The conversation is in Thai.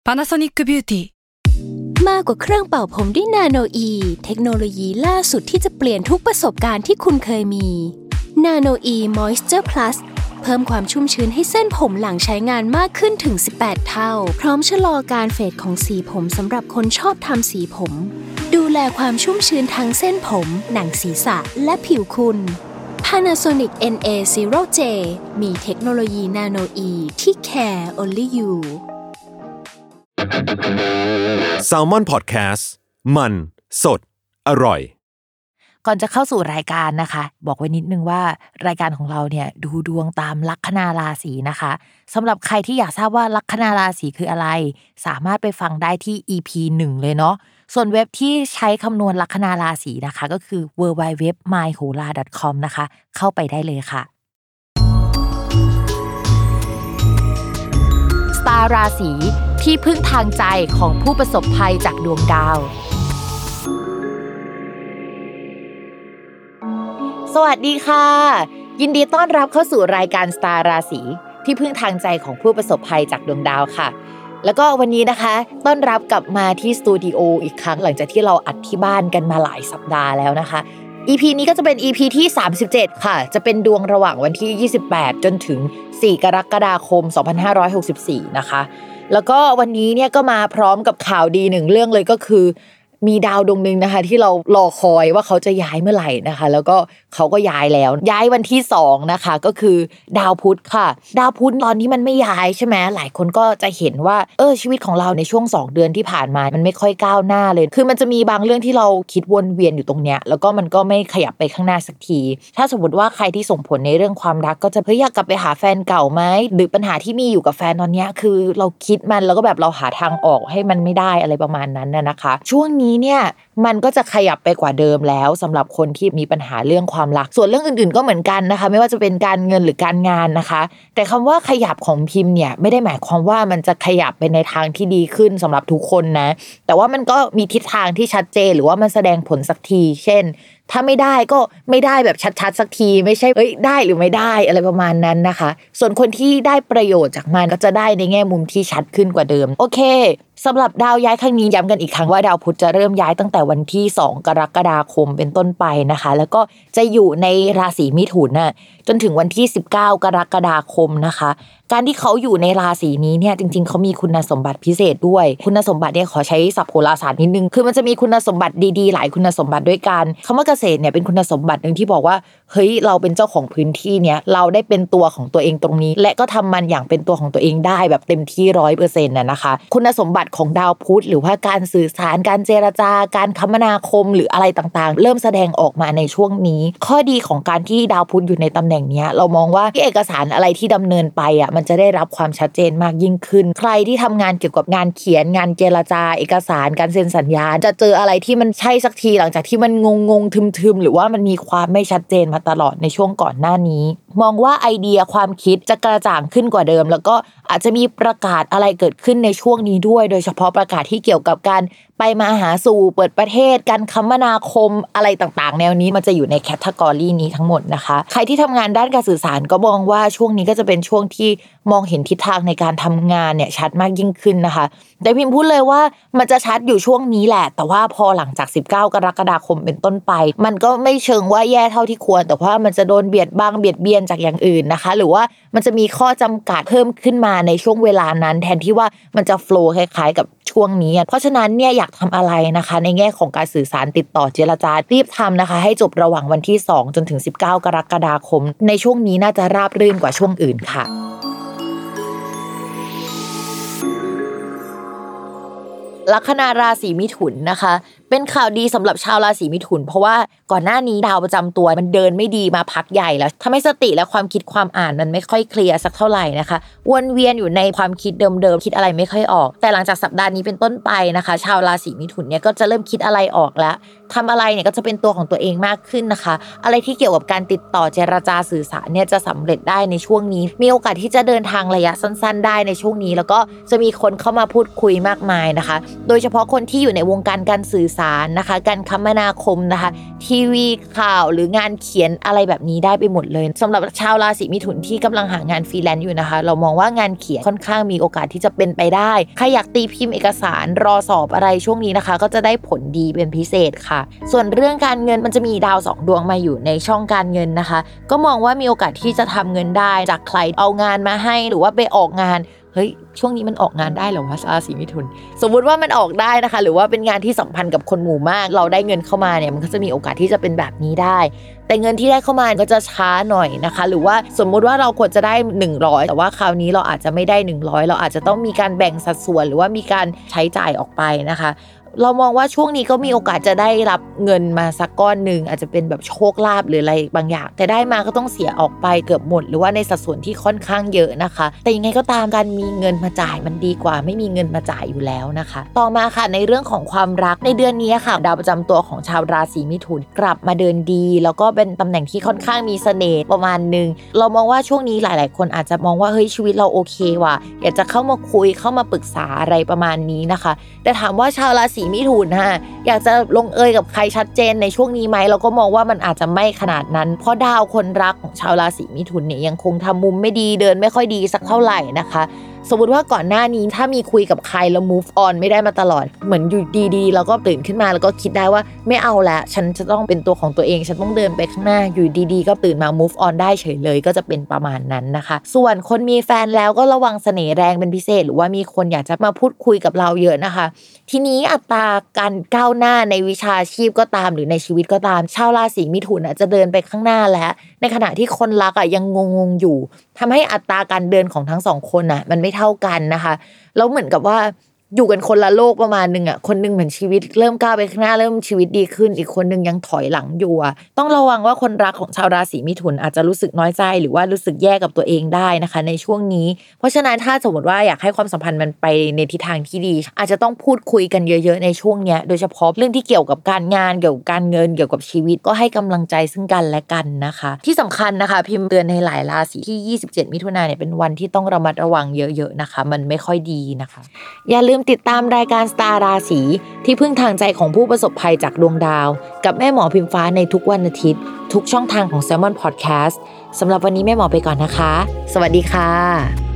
Panasonic Beauty มากกว่าเครื่องเป่าผมด้วยนาโนอีเทคโนโลยีล่าสุดที่จะเปลี่ยนทุกประสบการณ์ที่คุณเคยมีนาโนอีมอยส์เจอร์พลัสเพิ่มความชุ่มชื้นให้เส้นผมหลังใช้งานมากขึ้นถึง18เท่าพร้อมชะลอการเฟดของสีผมสำหรับคนชอบทำสีผมดูแลความชุ่มชื้นทั้งเส้นผมหนังศีรษะและผิวคุณ Panasonic NA0J มีเทคโนโลยีนาโนอีที่ care only you Salmon Podcast มันสดอร่อยก่อนจะเข้าสู่รายการนะคะบอกไว้นิดนึงว่ารายการของเราเนี่ยดูดวงตามลัคนาราศีนะคะสำหรับใครที่อยากทราบว่าลัคนาราศีคืออะไรสามารถไปฟังได้ที่ EP 1 เลยเนาะส่วนเว็บที่ใช้คำนวณลัคนาราศีนะคะก็คือ www.myhola.com นะคะเข้าไปได้เลยค่ะสตาร์ราศีที่พึ่งทางใจของผู้ประสบภัยจากดวงดาวสวัสดีค่ะยินดีต้อนรับเข้าสู่รายการสตาร์ราศีที่พึ่งทางใจของผู้ประสบภัยจากดวงดาวค่ะแล้วก็วันนี้นะคะต้อนรับกลับมาที่สตูดิโออีกครั้งหลังจากที่เราอัดที่บ้านกันมาหลายสัปดาห์แล้วนะคะ EP นี้ก็จะเป็น EP ที่37ค่ะจะเป็นดวงระหว่างวันที่28จนถึง4กรกฎาคม2564นะคะแล้วก็วันนี้เนี่ยก็มาพร้อมกับข่าวดีหนึ่งเรื่องเลยก็คือมีดาวดวงนึงนะคะที่เรารอคอยว่าเขาจะย้ายเมื่อไหร่นะคะแล้วก็เขาก็ย้ายแล้วย้ายวันที่2นะคะก็คือดาวพุธค่ะดาวพุธตอนนี้มันไม่ย้ายใช่ไหมหลายคนก็จะเห็นว่าชีวิตของเราในช่วง2เดือนที่ผ่านมามันไม่ค่อยก้าวหน้าเลยคือมันจะมีบางเรื่องที่เราคิดวนเวียนอยู่ตรงเนี้ยแล้วก็มันก็ไม่ขยับไปข้างหน้าสักทีถ้าสมมติว่าใครที่ส่งผลในเรื่องความรักก็จะอยากกลับไปหาแฟนเก่าไหมหรือปัญหาที่มีอยู่กับแฟนตอนนี้คือเราคิดมันแล้วก็แบบเราหาทางออกให้มันไม่ได้อะไรประมาณนั้นนะคะช่วงนี้เนี่ยมันก็จะขยับไปกว่าเดิมแล้วสำหรับคนที่มีปัญหาเรื่องความรักส่วนเรื่องอื่นๆก็เหมือนกันนะคะไม่ว่าจะเป็นการเงินหรือการงานนะคะแต่คำว่าขยับของพิมพ์เนี่ยไม่ได้หมายความว่ามันจะขยับไปในทางที่ดีขึ้นสำหรับทุกคนนะแต่ว่ามันก็มีทิศทางที่ชัดเจนหรือว่ามันแสดงผลสักทีเช่นถ้าไม่ได้ก็ไม่ได้แบบชัดๆสักทีไม่ใช่ได้หรือไม่ได้อะไรประมาณนั้นนะคะส่วนคนที่ได้ประโยชน์จากมันก็จะได้ในแง่มุมที่ชัดขึ้นกว่าเดิมโอเคสำหรับดาวย้ายครั้งนี้ย้ำกันอีกครั้งว่าดาวพุธจะเริ่มย้ายตั้งแต่วันที่2กรกฎาคมเป็นต้นไปนะคะแล้วก็จะอยู่ในราศีมิถุนจนถึงวันที่19กรกฎาคมนะคะการที่เขาอยู่ในราศีนี้เนี่ยจริงๆเขามีคุณสมบัติพิเศษด้วยคุณสมบัติเนี่ยขอใช้ศัพท์โหราศาสตร์นิดนึงคือมันจะมีคุณสมบัติดีๆหลายคุณสมบัติด้วยกันคำว่าเกษตรเนี่ยเป็นคุณสมบัตินึงที่บอกว่าเฮ้ยเราเป็นเจ้าของพื้นที่เนี่ยเราได้เป็นตัวของตัวเองตรงนี้และก็ทำมันอย่างเป็นตัวของตัวเองได้แบบเต็มที่ 100% นะคะคุณสมบัติของดาวพุธหรือว่าการสื่อสารการเจรจาการคมนาคมหรืออะไรต่างๆเริ่มแสดงออกมาในช่วงนี้ข้อดีของการที่ดาวพุธอยู่ในตำแหน่งนี้เรามองว่าที่เอกสารอะไรที่ดำเนินไปมันจะได้รับความชัดเจนมากยิ่งขึ้นใครที่ทำงานเกี่ยวกับงานเขียนงานเจรจาเอกสารการเซ็นสัญญาจะเจออะไรที่มันใช่สักทีหลังจากที่มันงงทึมๆหรือว่ามันมีความไม่ชัดเจนมาตลอดในช่วงก่อนหน้านี้มองว่าไอเดียความคิดจะกระจ่างขึ้นกว่าเดิมแล้วก็อาจจะมีประกาศอะไรเกิดขึ้นในช่วงนี้ด้วยโดยเฉพาะประกาศที่เกี่ยวกับการไปมาหาสู่เปิดประเทศการคมนาคมอะไรต่างๆแนวนี้มันจะอยู่ในแคตตากรีนี้ทั้งหมดนะคะใครที่ทำงานด้านการสื่อสารก็มองว่าช่วงนี้ก็จะเป็นช่วงที่มองเห็นทิศทางในการทำงานเนี่ยชัดมากยิ่งขึ้นนะคะแต่พิมพ์พูดเลยว่ามันจะชัดอยู่ช่วงนี้แหละแต่ว่าพอหลังจาก19กรกฎาคมเป็นต้นไปมันก็ไม่เชิงว่าแย่เท่าที่ควรแต่ว่ามันจะโดนเบียดเบียนจากอย่างอื่นนะคะหรือว่ามันจะมีข้อจำกัดเพิ่มขึ้นมาในช่วงเวลานั้นแทนที่ว่ามันจะโฟลว์คล้ายๆกับช่วงนี้เพราะฉะนั้นเนี่ยอยากทำอะไรนะคะในแง่ของการสื่อสารติดต่อเจรจารีบทำนะคะให้จบระหว่างวันที่2จนถึง19กรกฎาคมในช่วงนี้น่าจะราบรื่นกว่าช่วงอื่นค่ะลัคนาราศีมิถุนนะคะเป็นข่าวดีสำหรับชาวราศีมิถุนเพราะว่าก่อนหน้านี้ดาวประจำตัวมันเดินไม่ดีมาพักใหญ่แล้วทำให้สติและความคิดความอ่านมันไม่ค่อยเคลียร์สักเท่าไหร่นะคะวนเวียนอยู่ในความคิดเดิมๆคิดอะไรไม่ค่อยออกแต่หลังจากสัปดาห์นี้เป็นต้นไปนะคะชาวราศีมิถุนเนี่ยก็จะเริ่มคิดอะไรออกแล้วทำอะไรเนี่ยก็จะเป็นตัวของตัวเองมากขึ้นนะคะอะไรที่เกี่ยวกับการติดต่อเจรจาสื่อสารเนี่ยจะสำเร็จได้ในช่วงนี้มีโอกาสที่จะเดินทางระยะสั้นๆได้ในช่วงนี้แล้วก็จะมีคนเข้ามาพูดคุยมากมายนะคะโดยเฉพาะคนที่อยู่ในวงการการสื่อสารนะคะการคมนาคมนะคะทีวีข่าวหรืองานเขียนอะไรแบบนี้ได้ไปหมดเลยสำหรับชาวราศีมิถุนที่กำลังหางานฟรีแลนซ์อยู่นะคะเรามองว่างานเขียนค่อนข้างมีโอกาสที่จะเป็นไปได้ใครอยากตีพิมพ์เอกสารรอสอบอะไรช่วงนี้นะคะก็จะได้ผลดีเป็นพิเศษค่ะส่วนเรื่องการเงินมันจะมีดาว2ดวงมาอยู่ในช่องการเงินนะคะก็มองว่ามีโอกาสที่จะทำเงินได้จากใครเอางานมาให้หรือว่าไปออกงานเฮ้ยช่วงนี้มันออกงานได้เหรอวะราศีมิถุนสมมุติว่ามันออกได้นะคะหรือว่าเป็นงานที่สัมพันธ์กับคนหมู่มากเราได้เงินเข้ามาเนี่ยมันก็จะมีโอกาสที่จะเป็นแบบนี้ได้แต่เงินที่ได้เข้ามาก็จะช้าหน่อยนะคะหรือว่าสมมุติว่าเราควรจะได้100แต่ว่าคราวนี้เราอาจจะไม่ได้100เราอาจจะต้องมีการแบ่งสัดส่วนหรือว่ามีการใช้จ่ายออกไปนะคะเรามองว่าช่วงนี้ก็มีโอกาสจะได้รับเงินมาสักก้อนนึงอาจจะเป็นแบบโชคลาภหรืออะไรบางอย่างแต่ได้มาก็ต้องเสียออกไปเกือบหมดหรือว่าในสัดส่วนที่ค่อนข้างเยอะนะคะแต่ยังไงก็ตามการมีเงินมาจ่ายมันดีกว่าไม่มีเงินมาจ่ายอยู่แล้วนะคะต่อมาค่ะในเรื่องของความรักในเดือนนี้ค่ะดาวประจำตัวของชาวราศีมิถุนกลับมาเดินดีแล้วก็เป็นตำแหน่งที่ค่อนข้างมีเสน่ห์ประมาณนึงเรามองว่าช่วงนี้หลายๆคนอาจจะมองว่าเฮ้ยชีวิตเราโอเคว่ะอยากจะเข้ามาคุยเข้ามาปรึกษาอะไรประมาณนี้นะคะแต่ถามว่าชาวราศีมิถุนอยากจะลงเอยกับใครชัดเจนในช่วงนี้ไหมเราก็มองว่ามันอาจจะไม่ขนาดนั้นเพราะดาวคนรักของชาวราศีมิถุนเนี่ยยังคงทำมุมไม่ดีเดินไม่ค่อยดีสักเท่าไหร่นะคะสมมติว่าก่อนหน้านี้ถ้ามีคุยกับใครแล้ว move on ไม่ได้มาตลอดเหมือนอยู่ดีๆแล้วก็ตื่นขึ้นมาแล้วก็คิดได้ว่าไม่เอาละฉันจะต้องเป็นตัวของตัวเองฉันต้องเดินไปข้างหน้าอยู่ดีๆก็ตื่นมา move on ได้เฉยเลยก็จะเป็นประมาณนั้นนะคะส่วนคนมีแฟนแล้วก็ระวังเสน่ห์แรงเป็นพิเศษหรือว่ามีคนอยากจะมาพูดคุยกับเราเยอะนะคะทีนี้อัตราการก้าวหน้าในวิชาชีพก็ตามหรือในชีวิตก็ตามชาวราศีมิถุนจะเดินไปข้างหน้าแล้วในขณะที่คนรักยังงงๆอยู่ทำให้อัตราการเดินของทั้งสองคนมันไม่เท่ากันนะคะแล้วเหมือนกับว่าอยู่กันคนละโลกประมาณนึงคนนึงเหมือนชีวิตเริ่มก้าวไปข้างหน้าเริ่มชีวิตดีขึ้นอีกคนนึงยังถอยหลังอยู่ต้องระวังว่าคนรักของชาวราศีมิถุนอาจจะรู้สึกน้อยใจหรือว่ารู้สึกแย่กับตัวเองได้นะคะในช่วงนี้เพราะฉะนั้นถ้าสมมติว่าอยากให้ความสัมพันธ์มันไปในทิศทางที่ดีอาจจะต้องพูดคุยกันเยอะๆในช่วงนี้โดยเฉพาะเรื่องที่เกี่ยวกับการงานเกี่ยวกับการเงินเกี่ยวกับชีวิตก็ให้กำลังใจซึ่งกันและกันนะคะที่สำคัญนะคะพิมพ์เตือนในหลายราศีที่27มิถุนายนเนี่ยเป็นวันที่ต้องระมัดระวังเยอะๆนะคะมันไม่ค่อยดีนะคะอย่าลืมติดตามรายการสตาร์ราศีที่พึ่งทางใจของผู้ประสบภัยจากดวงดาวกับแม่หมอพิมฟ้าในทุกวันอาทิตย์ทุกช่องทางของ Salmon Podcast สำหรับวันนี้แม่หมอไปก่อนนะคะสวัสดีค่ะ